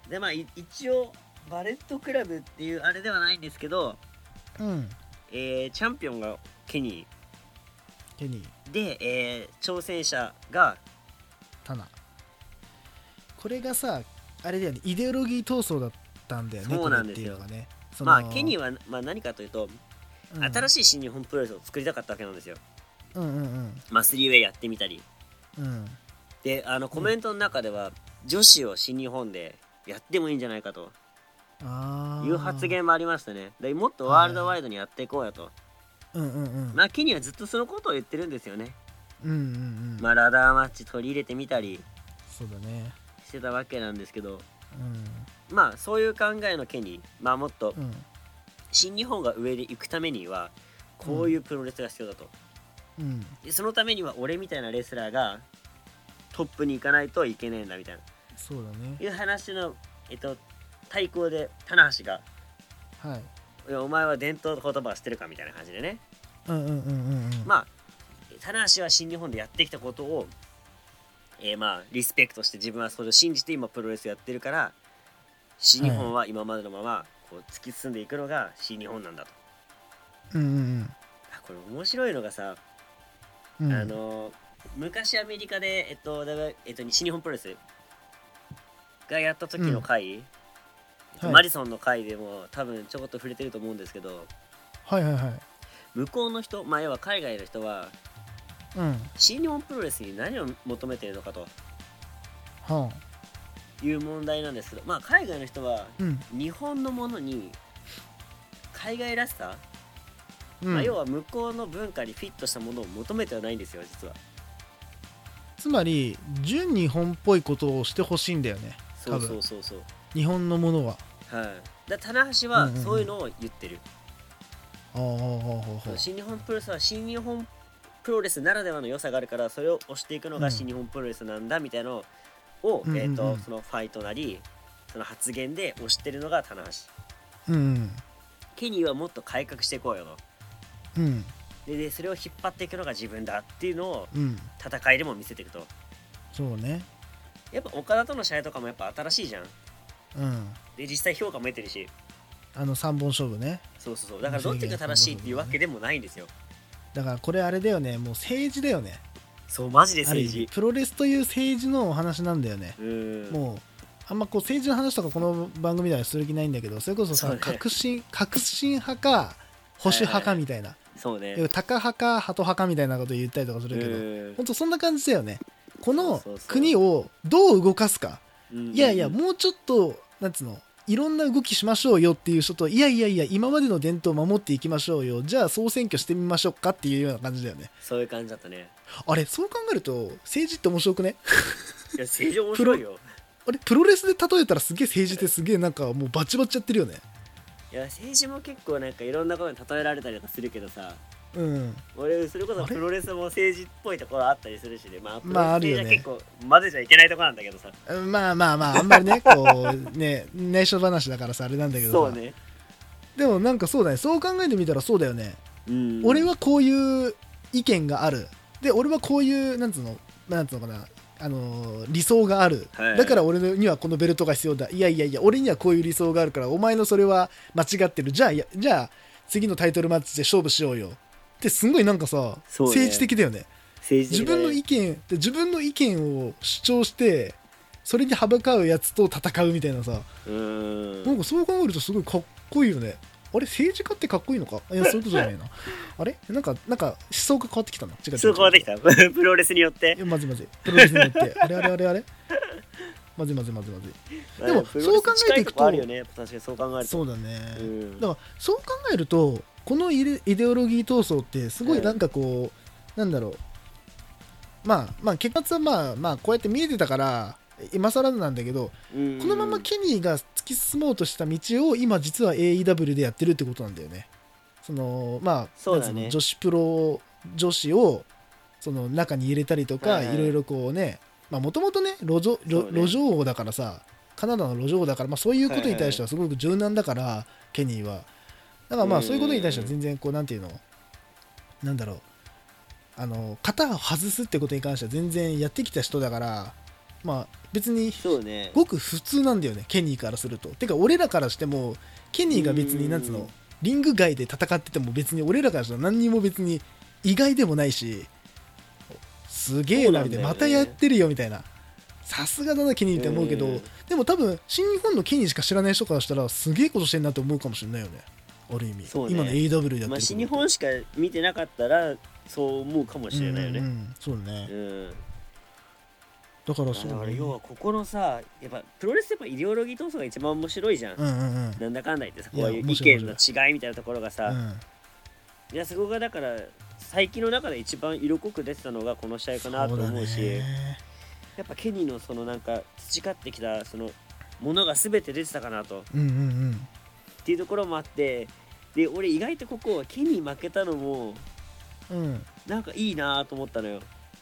でまあ一応バレットクラブっていうあれではないんですけど、 うん、 チャンピオンがケニーで、挑戦者がタナ。これがさあれだよね、イデオロギー闘争だったんだよね。 そうなんですよ。 これっていうのがね、 まあケニーは、まあ、何かというと、 うん、 新しい新日本プロレスを作りたかったわけなんですよ。 うんうんうんまあスリーウェイやってみたりうんで、コメントの中では、女子を新日本でやってもいいんじゃないかという発言もありましたね。でもっとワールドワイドにやっていこうよと、 うんうんうん、 まあケニーはずっとそのことを言ってるんですよね。 うんうんうん、 まあラダーマッチ取り入れてみたりそうだね、 してたわけなんですけど、 うん、 まあそういう考えのケニー、まあもっとうん、 新日本が上で行くためにはこういうプロレスが必要だと、 うん、 でそのためには俺みたいなレスラーがトップに行かないといけねえんだみたいな、 そうだね、 いう話の対抗で棚橋が、 はい、 いやお前は伝統言葉を知ってるかみたいな感じでね、 うんうんうんうんうん、 まあ棚橋は新日本でやってきたことを、まあリスペクトして、自分はそれを信じて今プロレスやってるから、新日本は今までのままこう突き進んでいくのが新日本なんだと。 うんうんうん、 これ面白いのがさ、 うん、 昔アメリカで、西日本プロレスがやった時の回、 はい、 マリソンの回でも多分ちょこっと触れてると思うんですけど、 はいはいはい、 向こうの人、まあ要は海外の人はうん、 新日本プロレスに何を求めているのかとはいう問題なんですけど、まあ海外の人はあ、うん、 日本のものに海外らしさ、 うん、 まあ、要は向こうの文化にフィットしたものを求めてはないんですよ実は。 つまり純日本っぽいことをしてほしいんだよね、 そうそうそうそう、 日本のものは。 はい。だ棚橋はそういうのを言ってる、新日本プロレスは新日本プロレスならではの良さがあるから、それを推していくのが新日本プロレスなんだみたいなのを、 うんうんうん、 そのファイトなりその発言で推してるのが棚橋。 うんうんケニーはもっと改革していこうよと。 うん、 でそれを引っ張っていくのが自分だっていうのをうん、 戦いでも見せていくと。 そうね、 やっぱ岡田との試合とかもやっぱ新しいじゃん。 うん、 で実際評価も得てるし、 3本勝負ね。 そうそうそう、だからどっちが正しいっていうわけでもないんですよ。 だからこれあれだよね、もう政治だよね。 そうマジで政治、 プロレスという政治のお話なんだよね。もうあんまこう政治の話とかこの番組ではする気ないんだけど、それこそさ、 ね、 革新派か保守派かみたいな、 そうね、 タカ派かハト派かみたいなこと言ったりとかするけど、ほんとそんな感じだよね。この国をどう動かすか、いやいやもうちょっとなんつうの、いろんな動きしましょうよっていう人と、いやいやいや今までの伝統を守っていきましょうよ、じゃあ総選挙してみましょうかっていうような感じだよね。 そういう感じだったね。 あれそう考えると政治って面白くね。 いや政治面白いよ。 あれプロレスで例えたらすげえ政治ってすげえなんかもうバチバチやってるよね。 いや政治も結構なんかいろんなことに例えられたりとかするけどさ、 うん、 俺それこそプロレスも政治っぽいところあったりするしね、まあプロまああるレスよね。 結構混ぜちゃいけないところなんだけどさ、 まあまあまああんまりねこうね内緒話だからさあれなんだけどさ、 そうね、 でもなんかそうだね、そう考えてみたらそうだよね。俺はこういう意見がある、で俺はこういうなんつうのかな、理想がある、 はい、 だから俺にはこのベルトが必要だ、いやいやいや俺にはこういう理想があるからお前のそれは間違ってる、じゃあ次のタイトルマッチで勝負しようよってすごいなんかさ、ね、政治的だよね。自分の意見を主張してそれに歯向かうやつと戦うみたいなさ、なんかそう考えるとすごいかっこいいよね。あれ政治家ってかっこいいのか、いやそういうことじゃないなあれなんか思想が変わってきたな。違う変わってきたプロレスによって。 いやまずプロレスによってあれまずいでもそう考えていくと、 ね、確かにそう考えるとそうだね、だからそう考えるとこのイデオロギー闘争ってすごいなんかこう、なんだろう、まあ結末はまあこうやって見えてたから今更なんだけど、このままケニーが突き進もうとした道を今実は AEW でやってるってことなんだよね。そのまあそうだね、 女子プロ女子をその中に入れたりとか、いろいろこうね、もともとね路上王だからさ、カナダの路上王だから、そういうことに対してはすごく柔軟だから、ケニーはだからそういうことに対しては全然こうなんていうの、なんだろう、型を外すってことに関しては全然やってきた人だから、 まあ別にそうね、 ごく普通なんだよね、ケニーからすると。てか俺らからしてもケニーが別になんつうの、リング外で戦ってても別に俺らからしたら何にも別に意外でもないし、すげえなみたいな、またやってるよみたいな、さすがだなケニーって思うけど、でも多分新日本のケニーしか知らない人からしたらすげえことしてんなって思うかもしれないよね、ある意味、ね、今の AW でやってること、 まあ、新日本しか見てなかったらそう思うかもしれないよね、 そうね、 だからそう、ね、だから要はここのさ、やっぱプロレスやっぱイデオロギー闘争が一番面白いじゃん、なんだかんだ言ってさ、こういう意見の違いみたいなところがさ、いやそこがだから最近の中で一番色濃く出てたのがこの試合かなと思うし、やっぱケニーのそのなんか培ってきたそのものが全て出てたかなと、っていうところもあって、で俺意外とここはケニー負けたのも、なんかいいなと思ったのよ。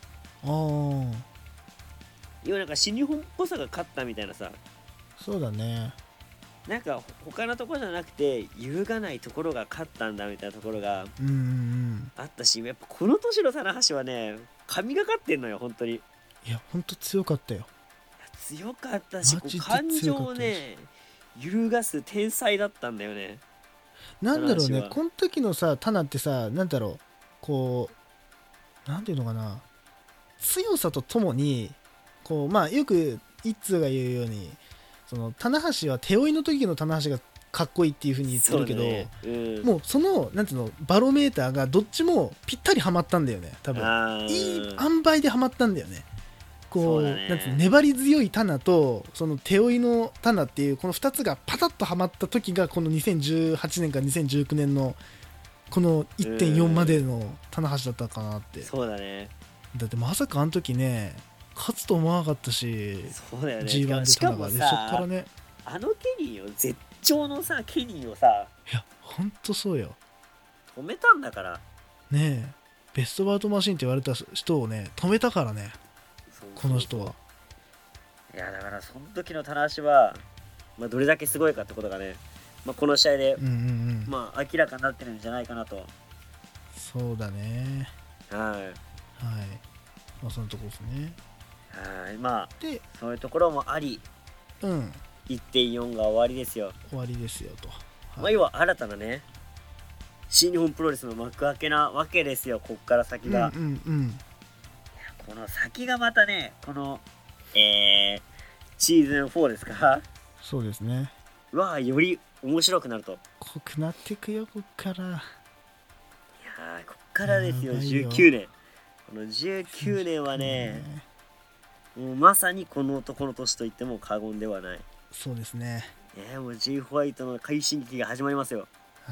要はなんか新日本っぽさが勝ったみたいなさ。 そうだね、 なんか他のところじゃなくて揺るがないところが勝ったんだみたいなところがあったし、やっぱこの年の棚橋はね神がかってんのよ本当に。 いや本当強かったよ、 強かったし、感情をね揺るがす天才だったんだよね。 なんだろうね、この時のさタナってさ、なんだろう、こうなんていうのかな、強さとともにこう、まあよく一通が言うように、その棚橋は手負いの時の棚橋がかっこいいっていう風に言ってるけど、もうそのなんていうのバロメーターがどっちもぴったりはまったんだよね、多分いい塩梅ではまったんだよね。こうなんていうの、粘り強い棚とその手負いの棚っていうこの2つがパタッとはまった時がこの2018年から2019年のこの 1.4 までの棚橋だったかなって。 そうだね、 だってまさかあの時ね勝つと思わなかったし、 そうだよね、 G1 で棚がで、そっからね、 あのケニーを絶頂のさケニーをさ、 いやほんとそうよ、 止めたんだからねえ、ベストバウトマシンって言われた人をね止めたからね、この人は。 いやだからその時の棚橋は、まあ、どれだけすごいかってことがね、まあ、この試合で、まあ明らかになってるんじゃないかなと。 そうだね、 はい、 まあそのとこですね。 まあでそういうところもあり、1.4 が終わりですよ。 終わりですよと、 まあ要は新たなね新日本プロレスの幕開けなわけですよ、こっから先が。いやこの先がまたね、このシーズン4ですか。 そうですね、 はより面白くなると。 濃くなっていくよこっから。いやこっからですよ、19年。この19年はね、もうまさにこの男の年と言っても過言ではない。 そうですね。 もう J ホワイトの快進撃が始まりますよ。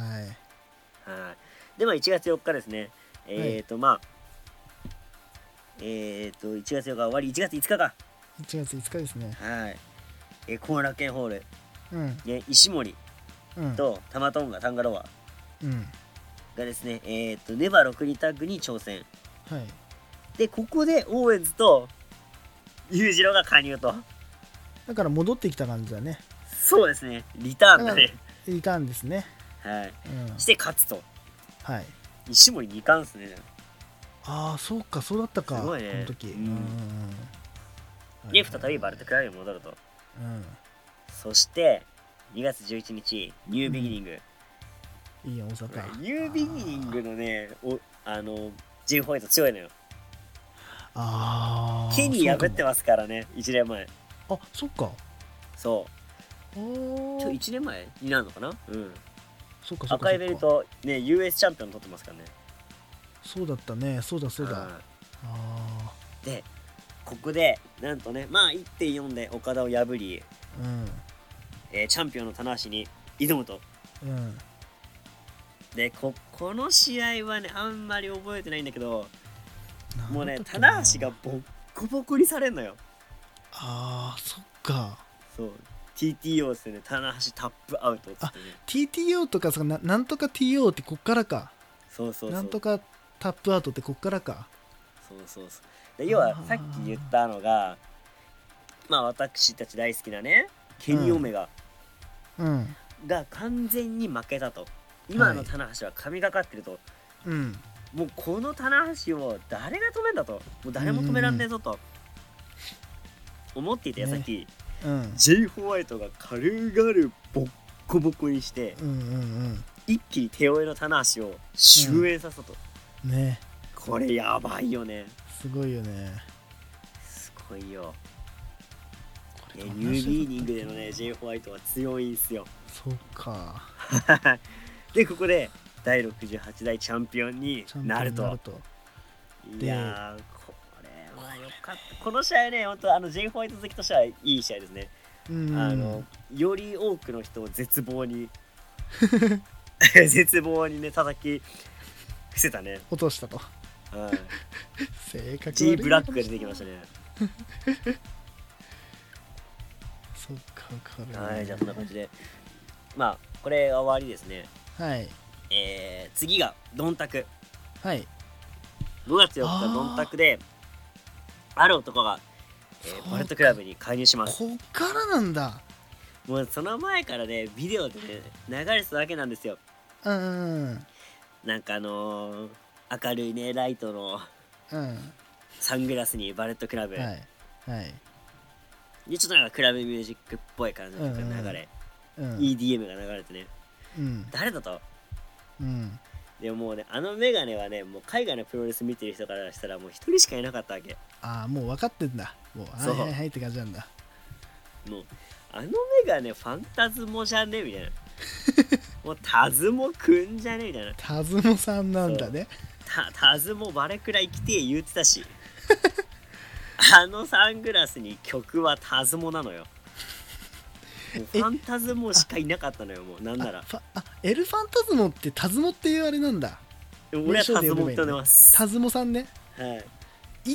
でまあ1月4日ですね。まあ1月4日終わり、1月5日か。 1月5日ですね。 後楽園ホール、石森とタマトンガタンガロアがですね、ネバ6人タッグに挑戦。でここでオーエンズと裕次郎が加入と。 だから戻ってきた感じだね。 そうですね、リターンだね。 リターンですね。 して勝つと。石森2冠っすね。 ああそうか、そうだったか、 すごいね、 この時。 で再びバルトクラブに戻ると。そして2月11日ニュービギニング。 いいよ大阪。 ニュービギニングのね、J ホワイト強いのよ。ケニー破ってますからね、1年前。 あ、そっか。 そう1年前になるのかな。 そっか。 赤いベルトね、 US チャンピオン取ってますからね。 そうだったね、そうだ。 でここでなんとね、まあ 1.4 で岡田を破り、チャンピオンの棚橋に挑むと。でこの試合はねあんまり覚えてないんだけど、もうね棚橋がボッコボコにされんのよ。 そっか。 そう TTO ですね、棚橋タップアウトっつってね。 TTO とかなんとか TO ってこっからか。 そうなんとかタップアウトってこっからか。 そうで要はさっき言ったのが、まあ私たち大好きなねケニーオメガが完全に負けたと。今の棚橋は神がかってると。もうこの棚橋を誰が止めんだと。もう誰も止めらんねえぞと。 思っていた矢先、ジェイ・ホワイトが軽々ボッコボコにして、一気に手負いの棚橋を終焉させたと、 ね、 これやばいよね。 すごいよね。 すごいよ。ニュービーニングでのね J ホワイトは強いんすよ。 そうかでここで第68代チャンピオンになると。いやーこれはよかった。この試合ね、本当J ホワイト好きとしてはいい試合ですね。より多くの人を絶望に絶望にね叩き伏せたね。 落としたと。 はい。 正確。 J ブラックが出てきましたね。 そっか、分かる、 はい、じゃあそんな感じで、まあこれが終わりですね。 はい。 次がドンタク。 はい。 5月4日ドンタクである男が、バレットクラブに加入します。 こっからなんだ。 もうその前からねビデオでね流れてたわけなんですよ。なんか明るいねライトのサングラスにバレットクラブ、はいはい、でちょっとなんかクラブミュージックっぽい感じの曲が流れ、EDM が流れてね、誰だと、でももうねメガネはねもう海外のプロレス見てる人からしたらもう一人しかいなかったわけ。 ああもう分かってんだ。もうはいはいはいって感じなんだ。 もうメガネファンタズモじゃねみたいなもうタズモくんじゃねみたいな。 タズモさんなんだね。 タズモバレくらい来て言ってたしサングラスに曲はタズモなのよ。もうファンタズモしかいなかったのよ。もうなんならエルファンタズモってタズモっていうあれなんだ。 俺はタズモって呼んでます。 タズモさんね。 はい。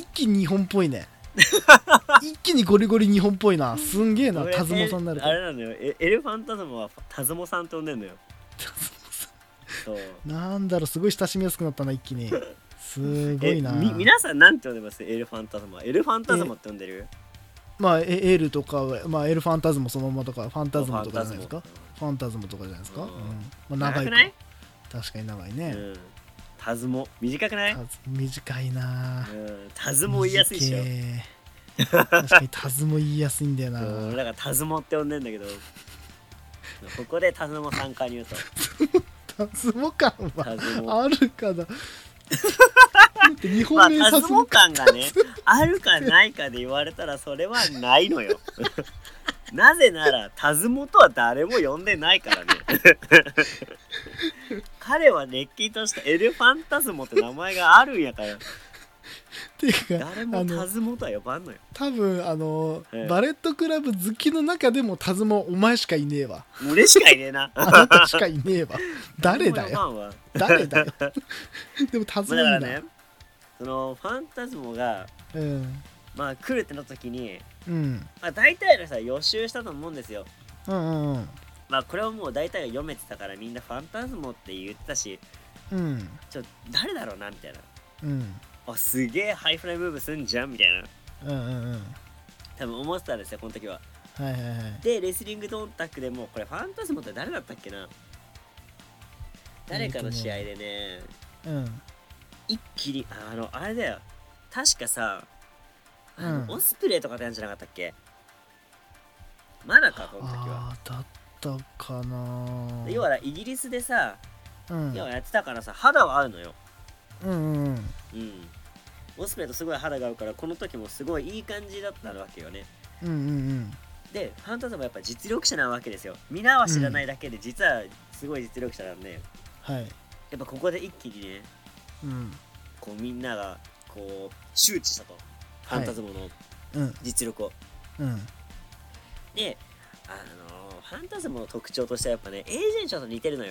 一気に日本っぽいね一気にゴリゴリ日本っぽいな。すんげえな。タズモさんになるとあれなのよ。エルファンタズモはタズモさんって呼んでんのよ。 タズモさん。そうなんだろう、すごい親しみやすくなったな一気に。すごいな。 皆さんなんて呼んでます？エルファンタズモは。エルファンタズモって呼んでる？ まあエルとか、まあエルファンタズモそのままとかファンタズモとかじゃないですか。ファンタズモとかじゃないですか。まあ長いか。確かに長いね。 タズモ短くない？ 短いな。 タズモ言いやすいっしょ。 確かにタズモ言いやすいんだよな。 だからタズモって呼んでんだけどここでタズモさん加入と。 タズモ感はあるかな日本名タズモ感がねあるかないかで言われたらそれはないのよなぜならタズモとは誰も呼んでないからね彼はれっきとしたエルファンタズモって名前があるんやからていうか誰もタズモとは呼ばんのよ。 多分バレットクラブ好きの中でもタズモお前しかいねえわ。 俺しかいねえなあなたしかいねえわ。誰だよ誰だよでもタズモいいな。だからねそのファンタズモが、まあ来るってなった時に、まあ、大体のさ予習したと思うんですよ。まあこれはもう大体が読めてたからみんなファンタズモって言ってたし、誰だろうなみたいな、すげえハイフライムーブすんじゃんみたいな、多分思ってたんですよこの時は。でレスリングドンタックでもこれファンタズモって誰だったっけな、誰かの試合でね、一気にあれだよ確かさオスプレイとかってやんじゃなかったっけ。まだかこの時は。 だったかな。 要はイギリスでさ、要はやってたからさ肌は合うのよ。オスプレイとすごい肌が合うからこの時もすごいいい感じだったわけよね。でファンタズムはやっぱ実力者なわけですよ。皆は知らないだけで実はすごい実力者なんで、やっぱここで一気にね、こうみんながこう周知したとファンタズムの実力を、でファンタズムの特徴としてはやっぱねエージェントと似てるのよ。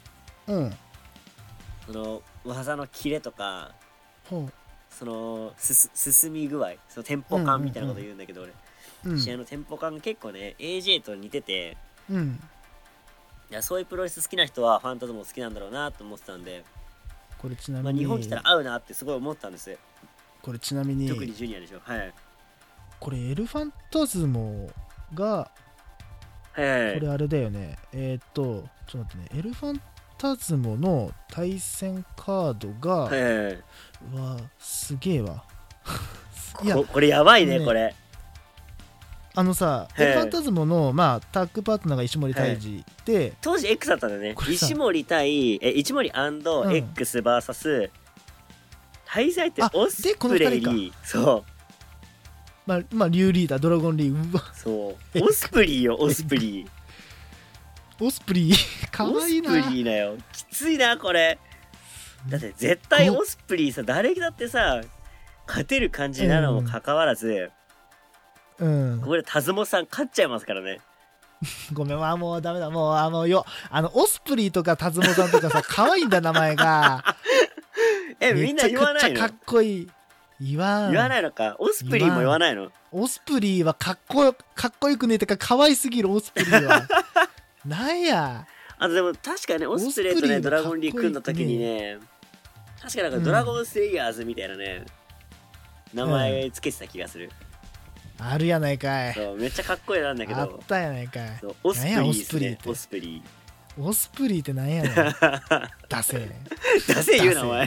その技のキレとかその進み具合、そのテンポ感みたいなこと言うんだけど俺、試合のテンポ感が結構ね AJ と似てて、いやそういうプロレス好きな人はファンタズムも好きなんだろうなと思ってたんで、 これちなみに、 日本来たら合うなってすごい思ったんです。 これちなみに特にジュニアでしょ。 これエルファンタズモが、これあれだよね。ちょっと待ってね。エルファンタズモの対戦カードが、うわすげえわいやこれやばいねこれ。 あのさ、エルファンタズモの、まあ、タッグパートナーが石森泰治で、 当時 X だったんだよね。石森対石森 &X vs、対戦ってオスプレイリー。そうまあリュウリーダー、ドラゴンリー、うわ、 そうオスプリーよ、オスプリーオスプリーかわいいな。 オスプリーだよ。きついなこれ。だって絶対オスプリーさ、誰だってさ勝てる感じなのもかかわらず、 うん、 これタズモさん勝っちゃいますからね。 ごめん、もうダメだ、もうオスプリーとかタズモさんとかさ、可愛いんだ名前がみんな言わないの？ めちゃくちゃかっこいい。言わないのか。オスプリーも言わないの？ オスプリーはかっこよくねえってか、可愛すぎる。オスプリーはなんや。 あとでも確かね、オスプレイとねドラゴンリー組んだ時にね、確かなんかドラゴンスレイヤーズみたいなね、名前つけてた気がする。 あるやないかい。 そうめっちゃかっこいいなんだけど。 あったやないかい。 オスプリーですね。オスプリー。オスプリーってなんやねん。ダセ言うなお前。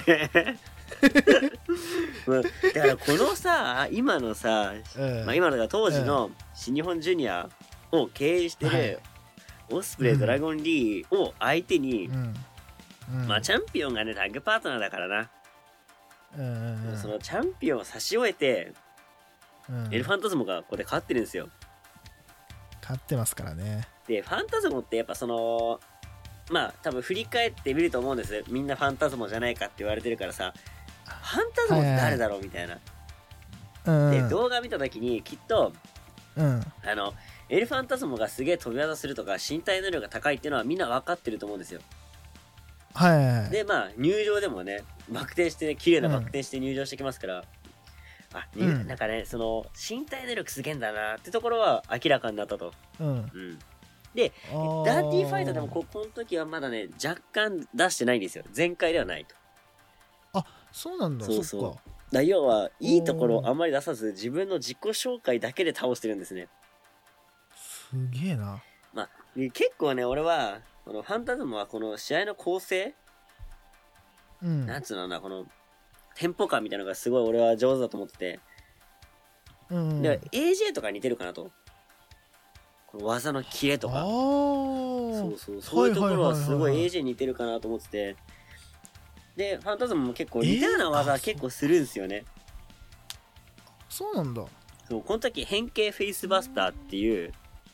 だからこのさ、今のさ、今のが当時の新日本ジュニアを経営してるオスプレイ、ドラゴンリーを相手に、まあチャンピオンがねタッグパートナーだからな、そのチャンピオンを差し終えて、エルファンタズモがここで勝ってるんですよ。 勝ってますからね。 でファンタズモってやっぱそのまあ多分振り返ってみると思うんです。みんなファンタズモじゃないかって言われてるからさ、ファンタズモって誰だろうみたいな、で動画見た時にきっと、エルファンタズモがすげえ飛び技するとか身体能力が高いっていうのはみんな分かってると思うんですよ。でまあ入場でもねバク転してね、綺麗なバク転して入場してきますから、なんかねその身体能力すげえんだなってところは明らかになったと。でダーティーファイトでもこの時はまだね若干出してないんですよ。全開ではないと。 あ、そうなんだ。 そう要はいいところをあんまり出さず自分の自己紹介だけで倒してるんですね。 すげえな。 まあ結構ね俺はこのファンタズモはこの試合の構成、なんつうのな、このテンポ感みたいなのがすごい俺は上手だと思ってて、で AJ とか似てるかなと。この技のキレとか、そういうところはすごい AJ に似てるかなと思ってて、でファンタズモも結構似たような技結構するんですよね。 そうなんだ。 そうこの時変形フェイスバスターっていう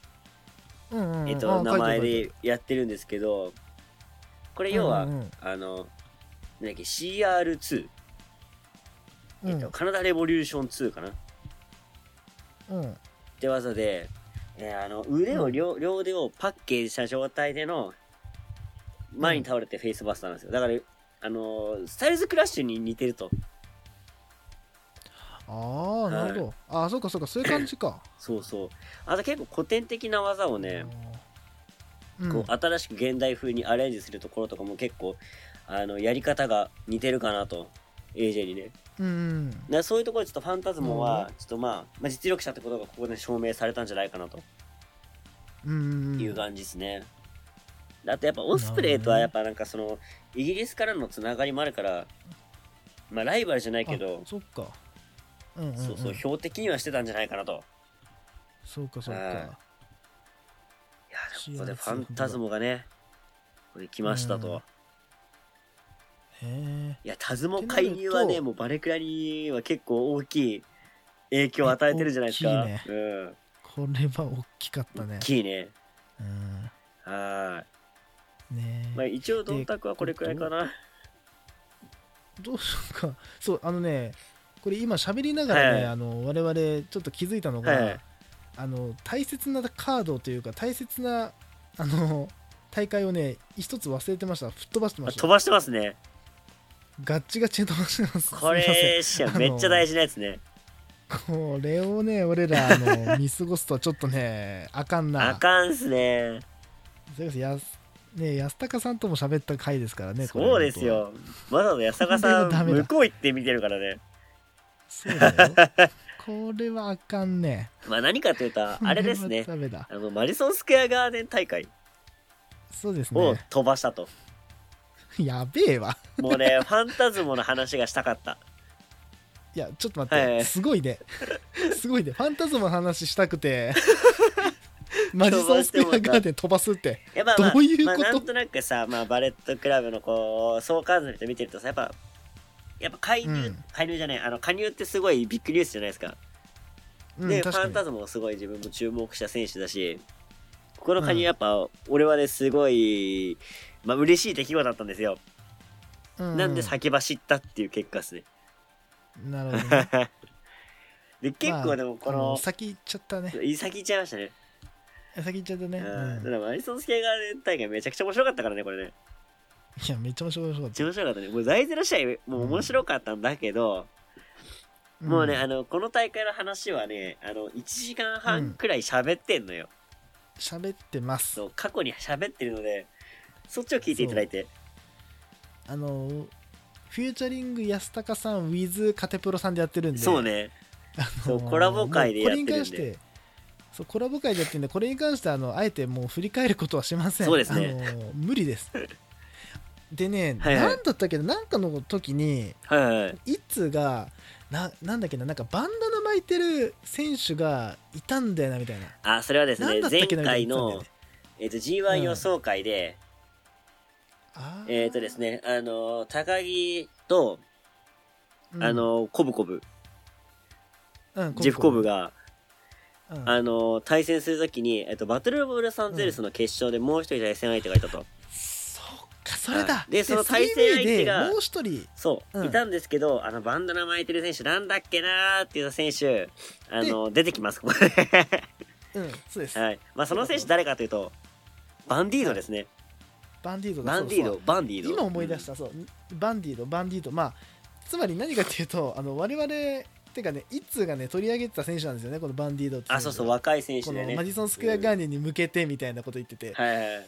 名前でやってるんですけど、これ要はなんだっけ CR2、カナダレボリューション2かな、って技で、腕を両腕をパッケージした状態での前に倒れてフェイスバスターなんですよ。だからスタイルズクラッシュに似てると。 ああ、なるほど。ああ、そうかそういう感じか。 そうあと結構古典的な技をね、こう新しく現代風にアレンジするところとかも結構やり方が似てるかなと AJ にね。そういうところでちょっとファンタズモはちょっとまあ実力者ってことがここで証明されたんじゃないかなという感じですね。あとやっぱオスプレイとはやっぱなんかそのイギリスからのつながりもあるから、まあライバルじゃないけど、 そっか、 標的にはしてたんじゃないかなと。 そうか。 いやここでファンタズモがねこれ来ましたと。いやタズモ介入はねもうバレクラには結構大きい影響を与えてるんじゃないですか。 これは大きかったね。 大きいね。まあ一応ドンタクはこれくらいかな。 どうしようか。そうこれ今喋りながらね、我々ちょっと気づいたのが、大切なカードというか大切な大会をね一つ忘れてました。吹っ飛ばしてました。 飛ばしてますね。 ガッチガチに飛ばしてます。 これめっちゃ大事なやつね。 これをね俺ら見過ごすとちょっとねあかんな。 あかんっすね。 それこそ安高さんとも喋った回ですからね。 そうですよ。わざわざ安高さん向こう行って見てるからね。 そうだよ。これはあかんね。 まあ何かというとあれですね。マディソンスクエアガーデン大会を飛ばしたと。 やべえわ。 もうねファンタズモの話がしたかった。 いやちょっと待って、はいはい、すごいねすごいね、ファンタズムの話したくてマジソンスクエアガーデン飛ばすってどういうこと？ なんとなくさ、バレットクラブのこう相関図見てるとさ、やっぱ介入じゃない、加入ってすごいビッグニュースじゃないですか。で、ファンタズムもすごい自分も注目した選手だし、この加入やっぱ俺はねすごい嬉しい出来事だったんですよ。なんで先走ったっていう結果ですね。 なるほど、ね、 で結構でもこの先行っちゃったね。 先行っちゃいましたね。 先行っちゃったね。 だからマリソンスケアガーデン大会めちゃくちゃ面白かったからねこれね。 いやめっちゃ面白かった。 めっちゃ面白かったね。もう大事な試合もう面白かったんだけど、もうねこの大会の話はね1時間半くらい喋ってんのよ。 喋ってます。 そう過去に喋ってるのでそっちを聞いていただいて。 フューチャリング安高さん with カテプロさんでやってるんで。 そうね。そうコラボ会でやってるんで。これに関してそうコラボ会でやってるんで、これに関してあえてもう振り返ることはしません。 そうですね。 無理です。でね、 はいはい、 なんだったっけな、なんかの時に、 はいはい、 いつがなんだっけな、なんかバンダナ巻いてる選手がいたんだよなみたいな。 あ、それはですね、前回の、G1 予想会で、ですね、高木と、コブコブ、ジェフコブが、対戦するときに、バトルオブロサンゼルスの決勝でもう一人対戦相手がいたと。 そうか、それだ。 で、その対戦相手が、 もう一人、 そう、いたんですけど、バンダナ巻いてる選手なんだっけなーっていう選手、出てきます、ここで。 そうです。 はい。その選手誰かというと、バンディードですね。 バンディードバンディード。 今思い出した、そう。バンディード。つまり何かっていうと、我々、てかね、一通がね取り上げてた選手なんですよね、このバンディードって。 そう若い選手でね、 このマディソンスクエアガーデンに向けてみたいなこと言ってて、 はい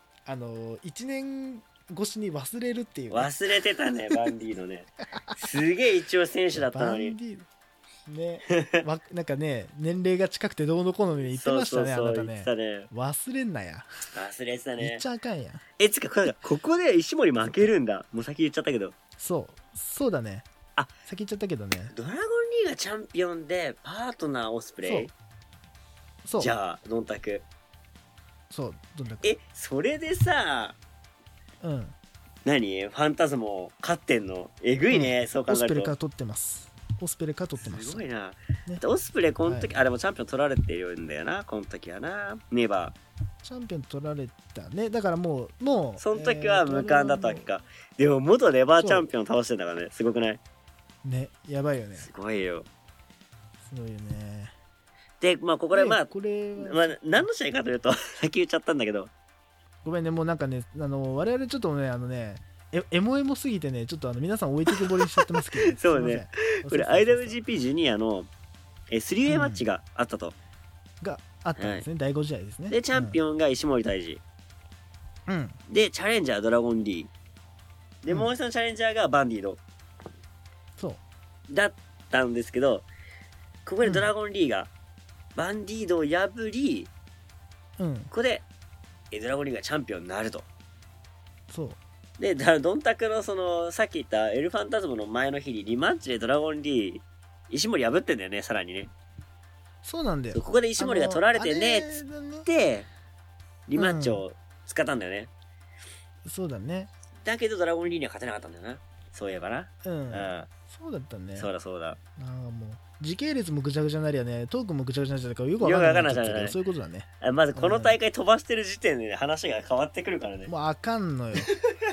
1年越しに忘れるっていう、 ね、忘れてたねバンディードね。すげえ一応選手だったのに。 バンディードねなんかね、年齢が近くてどうのこうの言ってましたね。あなたね、忘れんなや。 忘れてたね。 言っちゃあかんや。 つかここで石森負けるんだ。もう先言っちゃったけど。 そうだね。先言っちゃったけどね。 ドラゴンリーがチャンピオンでパートナーオスプレイ。 そうじゃあドンタク。 ドンタク。 それでさ、何ファンタズモ勝ってんのえぐいね、そう考えると。 オスプレから取ってます。 すごいな、オスプレイこの時、でもチャンピオン取られてるんだよな、この時はな。ネバーチャンピオン取られたね。だからもうその時は無冠だったわけか。でも元ネバーチャンピオン倒してんだからね。すごくないね。やばいよね。 すごいよね。 でここでこれ何の試合かというと先言っちゃったんだけど、 ごめんね、もうなんかね、我々ちょっとねエモすぎてね、ちょっと皆さん置いてけぼりにしちゃってますけどそうね、これ IWGP ジュニアの 3way マッチがあったと、 があったんですね、第5試合ですね。 でチャンピオンが石森泰治、でチャレンジャードラゴン D で、もう一つのチャレンジャーがバンディードだったんですけど、ここでドラゴンリーがバンディードを破り、ここでドラゴンリーがチャンピオンになると。でドンタクのそのさっき言ったエルファンタズムの前の日にリマッチでドラゴンリー石森破ってんだよね、さらにね。 そうなんだよ。 ここで石森が取られてねっつってリマッチを使ったんだよね。 そうだね。 だけどドラゴンリーには勝てなかったんだよな、そういえばな。 そうだったね。 そうだ。 もう時系列もぐちゃぐちゃになりゃね、トークもぐちゃぐちゃになっちゃうからよくわかんない。そういうことだね。 まずこの大会飛ばしてる時点で、ね、話が変わってくるからね。 もうあかんのよ。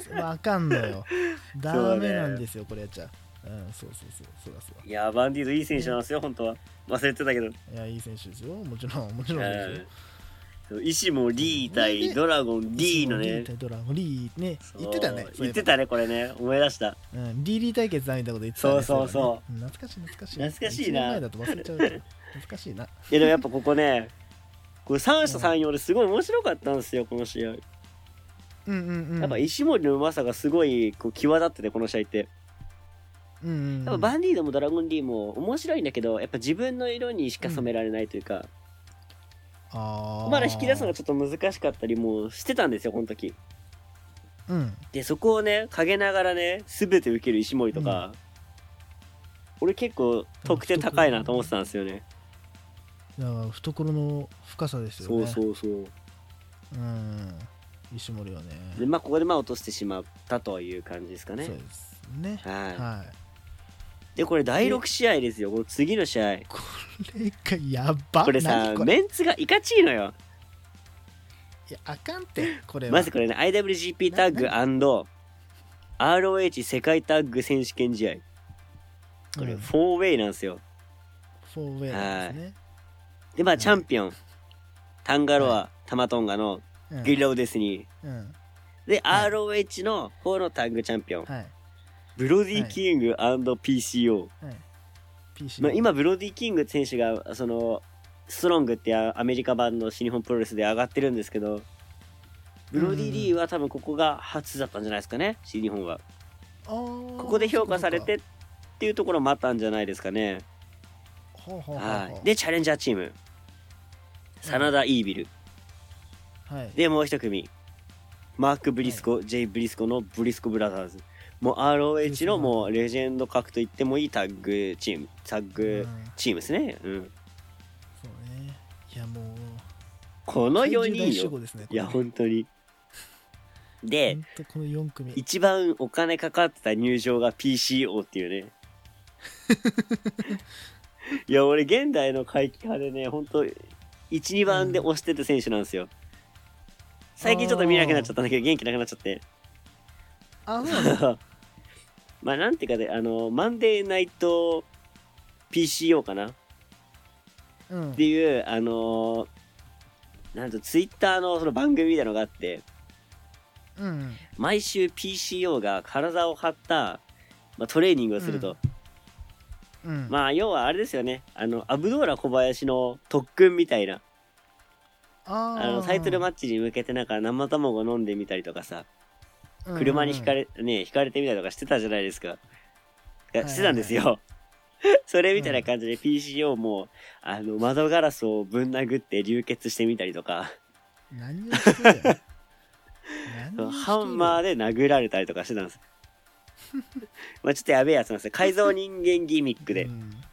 ダメなんですよ、これやっちゃう。そうだ。 いやバンディードいい選手なんですよ、本当は。忘れてたけど。いや、いい選手ですよ、もちろんですよ。 石森リー対ドラゴン D のね。 ドラゴンリーね、言ってたね。 言ってたね、これね、思い出した。 DD 対決だみたいなこと言ってたね。 そう。 懐かしいな。 1年前だと忘れちゃう。懐かしいな。 でもやっぱここね、これ3者3様ですごい面白かったんですよ、この試合。やっぱ石森のうまさがすごいこう際立ってて、この試合って。やっぱバンディードもドラゴン D も面白いんだけど、やっぱ自分の色にしか染められないというか、まだ引き出すのがちょっと難しかったりもしてたんですよ、この時。でそこをね陰ながらね全て受ける石森とか、 俺結構得点高いなと思ってたんですよね。 だから懐の深さですよね。 そう石森はね。 でまあここで落としてしまったという感じですかね。 そうですね。 はい。でこれ第6試合ですよ。この次の試合。 これがやば。 これさメンツがいかちいのよ。 いやあかんってこれは。 まずこれね IWGP タッグ& ROH 世界タッグ選手権試合。これ4ウェイなんですよ。 4ウェイなんですね。 でチャンピオンタンガロア、タマトンガのゲリラオデスニー、で、ROH の方のタッグチャンピオン、ブロディキング &PCO、今ブロディキング選手がそのストロングってアメリカ版の新日本プロレスで上がってるんですけど、ブロディリーは多分ここが初だったんじゃないですかね、新日本は。ここで評価されてっていうところもあったんじゃないですかね。でチャレンジャーチーム真田イービル、でもう一組マーク・ブリスコ、ジェイ・ブリスコのブリスコブラザーズ、もう ROH のもうレジェンド格と言ってもいいタッグチームですね。そうね。 いやもうこの4人よ、いや本当に。でこの4組一番お金かかってた入場が PCO っていうねいや俺現代の怪奇派でね本当1,2 番で押してた選手なんですよ。最近ちょっと見なくなっちゃったんだけど元気なくなっちゃって。まあなんていうかねマンデーナイト PCO かな、っていうなんとツイッターのその番組みたいなのがあって、毎週 PCO が体を張った、トレーニングをすると、要はあれですよね、アブドーラ小林の特訓みたいな、タイトルマッチに向けてなんか生卵飲んでみたりとかさ、車にひかれてみたりとかしてたじゃないですか。してたんですよ。それみたいな感じで PCO も窓ガラスをぶん殴って流血してみたりとか、 何をしてるハンマーで殴られたりとかしてたんです。ちょっとやべえやつなんですよ。改造人間ギミックで。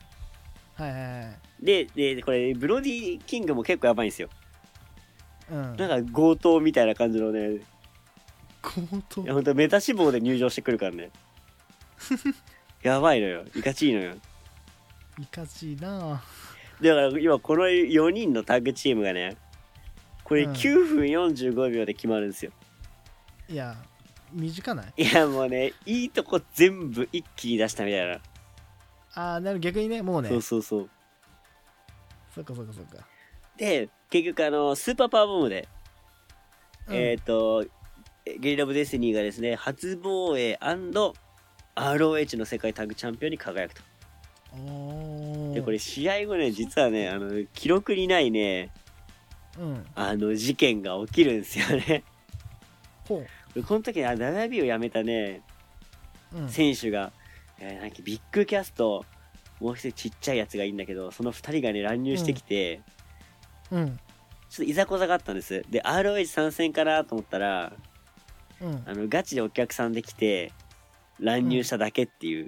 でこれブロディキングも結構やばいんですよ。なんか強盗みたいな感じのね。 強盗？ いやほんとメタ脂肪で入場してくるからね。やばいのよ。いかちいのよ。 いかちいな。 だから今この4人のタッグチームがね、これ9分45秒で決まるんですよ。 いや短ない？ いやもうねいいとこ全部一気に出したみたいな。 逆にねもうね。 そうそっか。 で結局スーパーパワーボムで、ゲリラ・オブ・デスティニーがですね初防衛& ROH の世界タッグチャンピオンに輝くと。でこれ試合後ね実はね記録にないね、事件が起きるんですよね。この時にWB を辞めたね、選手が、なんかビッグキャストもう一人ちっちゃいやつがいいんだけど、その2人がね乱入してきて、ちょっといざこざがあったんです。で ROH 参戦かなと思ったら、ガチでお客さんで来て乱入しただけっていう、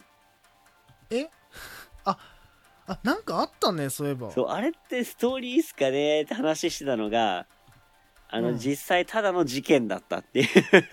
なんかあったねそういえば。 そうあれってストーリーっすかねって話してたのが実際ただの事件だったっていう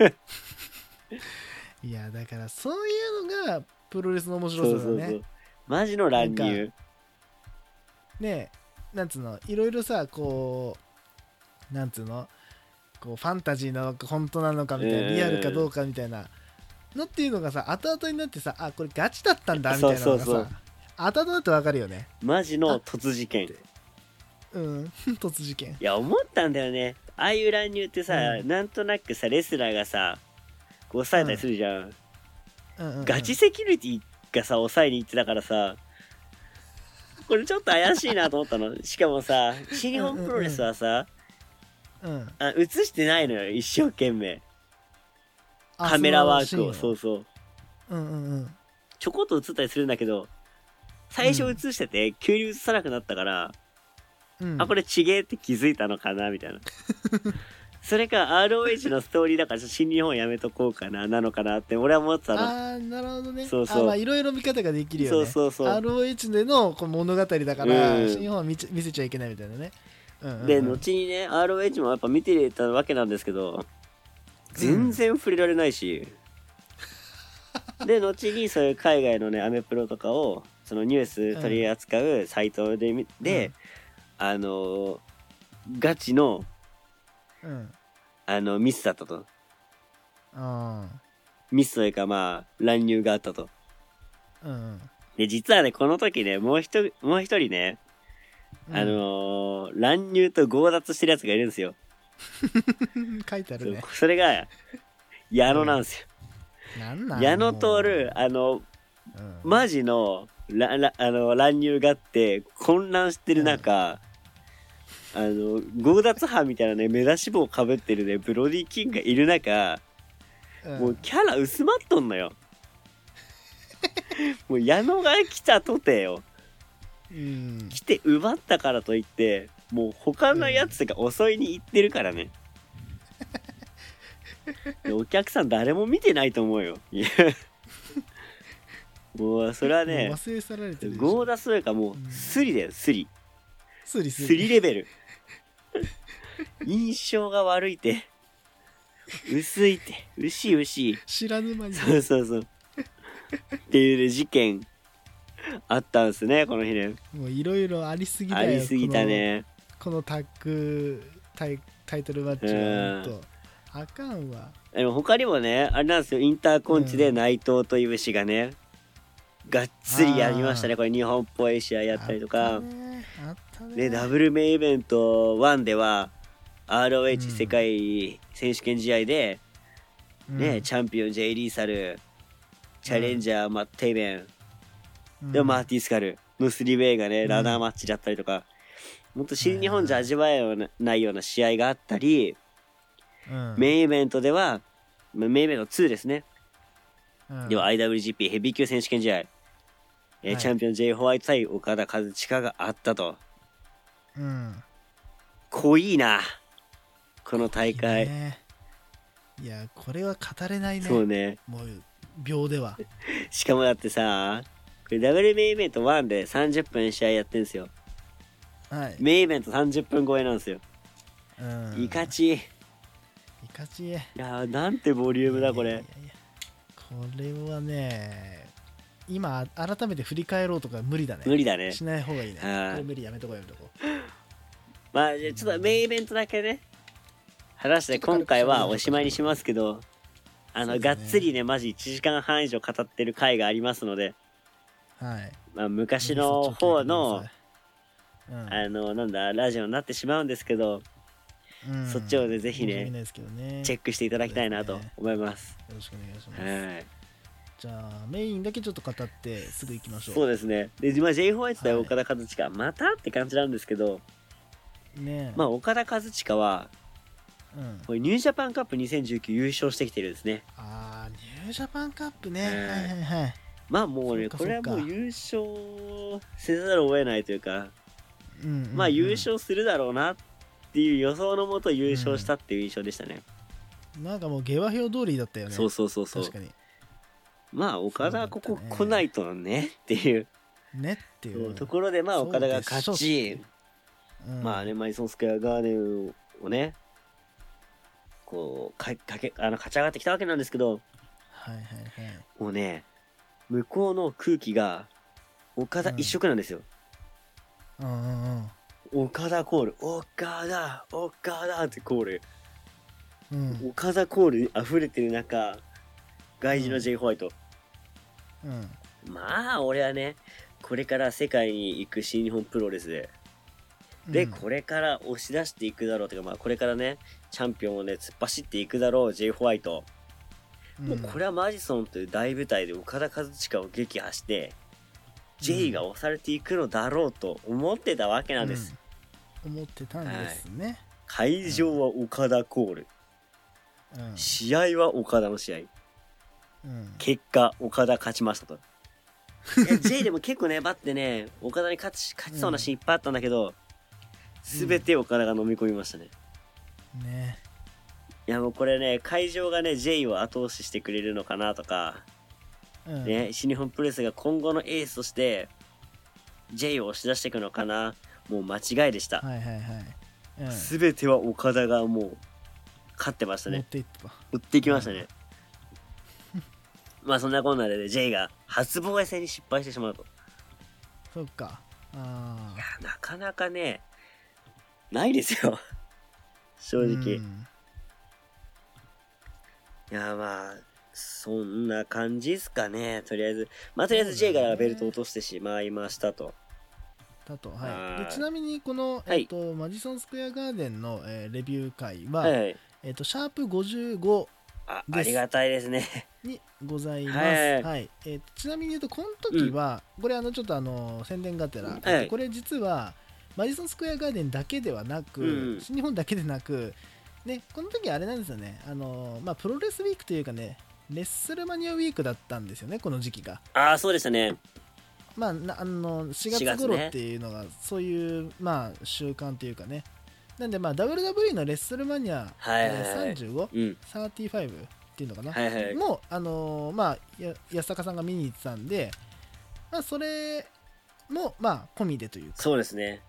いやだからそういうのがプロレスの面白さだね。そうマジの乱入ね。なんつうのいろいろさこうなんつうのこうファンタジーなのか本当なのかみたいな、リアルかどうかみたいなのっていうのがさ後々になってさこれガチだったんだみたいなのがさ後々だってわかるよね。 マジの突事件。 突事件。 いや思ったんだよね。ああいう乱入ってさ、なんとなくさレスラーがさこう抑えたりするじゃん。ガチセキュリティがさ抑えに行ってたからさ、これちょっと怪しいなと思ったの。しかもさ新日本プロレスはさ、映してないのよ一生懸命カメラワークを。そうちょこっと映ったりするんだけど、最初映してて急に映さなくなったから、これちげえって気づいたのかなみたいなそれか ROH のストーリーだから新日本やめとこうかななのかなって俺は思ってたの。 ああなるほどね。 そうそう、 まあいろいろ見方ができるよね。 そうそうそう、 ROH でのこう物語だから、 うん、 新日本は見せちゃいけないみたいなね、うんうんうん、 で後にね ROH もやっぱ見てたわけなんですけど全然触れられないし、で後にそういう海外のねアメプロとかをそのニュース取り扱うサイトでガチの、ミスだったと。ミスというかまあ乱入があったと。で実はねこの時ねもう一人ね、乱入と強奪してるやつがいるんですよ。 書いてあるね。 それが矢野なんですよ。矢野徹マジの乱入があって混乱してる中、強奪犯みたいなね目出し帽をかぶってるねブロディキングがいる中、もうキャラ薄まっとんのよ。もう矢野が来たとてよ、来て奪ったからといってもう他のやつが襲いに行ってるからね、お客さん誰も見てないと思うよ。もうそれはね忘れ去られてる。 強奪というかもうスリだよ、スリレベル。印象が悪いて薄いて牛知らぬ間に。 そうっていう、事件あったんですねこの日ね。 もういろいろありすぎだよ。 ありすぎたねこのタッグタイトルマッチはほんとあかんわ。 でも他にもねあれなんですよ、インターコンチで内藤といぶしがねがっつりやりましたね。これ日本っぽい試合やったりとか、 あったね。 でダブルメインイベント1では ROH 世界選手権試合で、ねチャンピオン J リーサル、チャレンジャーマット・テイベン、でマーティ・スカルの3ウェイがねラダーマッチだったりとか、もっと新日本じゃ味わえないような試合があったり、メインイベントではメインイベント2ですね、では IWGP ヘビー級選手権試合、チャンピオン J ホワイト対岡田和親があったと。濃いなこの大会、 いやこれは語れないね。 そうね、 もう秒では。 しかもだってさこれダブルメインイベント1で30分試合やってんすよ、メインイベント30分超えなんですよ。いかちいやなんてボリュームだこれ。 これはね今改めて振り返ろうとか無理だね。 無理だね。 しない方がいいね。これ無理、やめとこう。 まあじゃあちょっとメインイベントだけね話して今回はおしまいにしますけど、がっつりねマジ1時間半以上語ってる回がありますので、まあ、昔の方のなんだラジオになってしまうんですけど、そっちをねぜひねチェックしていただきたいなと思います。 よろしくお願いします。じゃあメインだけちょっと語ってすぐ行きましょう。 そうですね。で、まあ、J ホワイト対岡田和親、またって感じなんですけど、まあ岡田和親は、これニュージャパンカップ2019優勝してきてるんですね。 ニュージャパンカップね、 まあもうねこれはもう優勝せざるを得ないというか、まあ優勝するだろうなっていう予想のもと優勝したっていう印象でしたね。 なんかもう下馬評通りだったよね。 そう確かに。まあ岡田はここ来ないとねっていうところで、まあ岡田が勝ち、まあねマイソンスクエアガーデンをねこう勝ち上がってきたわけなんですけど、もうね向こうの空気が岡田一色なんですよ。岡田コール、岡田ってコール、岡田コールに溢れてる中外人の J ホワイト、まあ俺はねこれから世界に行く新日本プロレスで、これから押し出していくだろうというか、まあこれからねチャンピオンをね突っ走っていくだろう J ホワイト、もうこれはマジソンという大舞台で岡田和親を撃破して、J が押されていくのだろうと思ってたわけなんです、 思ってたんですね、 会場は岡田コール、試合は岡田の試合、結果岡田勝ちましたと。J でも結構粘ってね岡田に勝ちそうなシーンいっぱいあったんだけど、全て岡田が飲み込みましたね。 いやもうこれね、会場がね J を後押ししてくれるのかなとか、ね、新日本プロレスが今後のエースとして J を押し出していくのかな。もう間違いでした。全ては岡田がもう勝ってましたね。持ってきましたね。まあそんなこんなで、ね、J が初防衛戦に失敗してしまうと。 そっか。いやなかなかねないですよ正直。いやまあそんな感じですかね。とりあえずJ がベルトを落としてしまいましたと。 でちなみにこの、マジソンスクエアガーデンの、レビュー会は、シャープ55 ありがたいですねにございます。ちなみに言うとこの時は、これちょっと宣伝がてら、これ実はマジソンスクエアガーデンだけではなく、新日本だけでなく、ね、この時あれなんですよね、プロレスウィークというかね、レッスルマニアウィークだったんですよね、この時期が。 そうでしたね。 4月頃っていうのがそういう、習慣というかね。なんでWWE のレッスルマニア、35、35っていうのかな、も安坂さんが見に行ってたんで、それも込みでというか。 そうですね。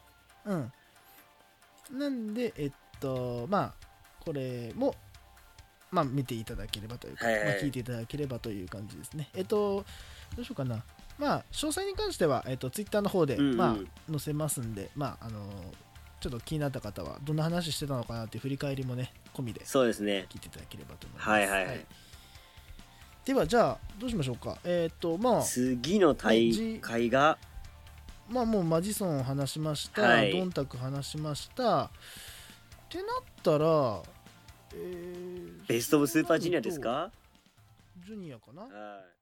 なんでこれも見ていただければというか、聞いていただければという感じですね。どうしようかな。詳細に関しては、ツイッターの方で、載せますんで、ちょっと気になった方はどんな話してたのかなっていう振り返りもね込みでそうですね聞いていただければと思います。ではじゃあどうしましょうか。 次の大会がもうマジソン話しました、ドンタク話しましたってなったら、 ベストオブスーパージュニアですか。 ジュニアかな。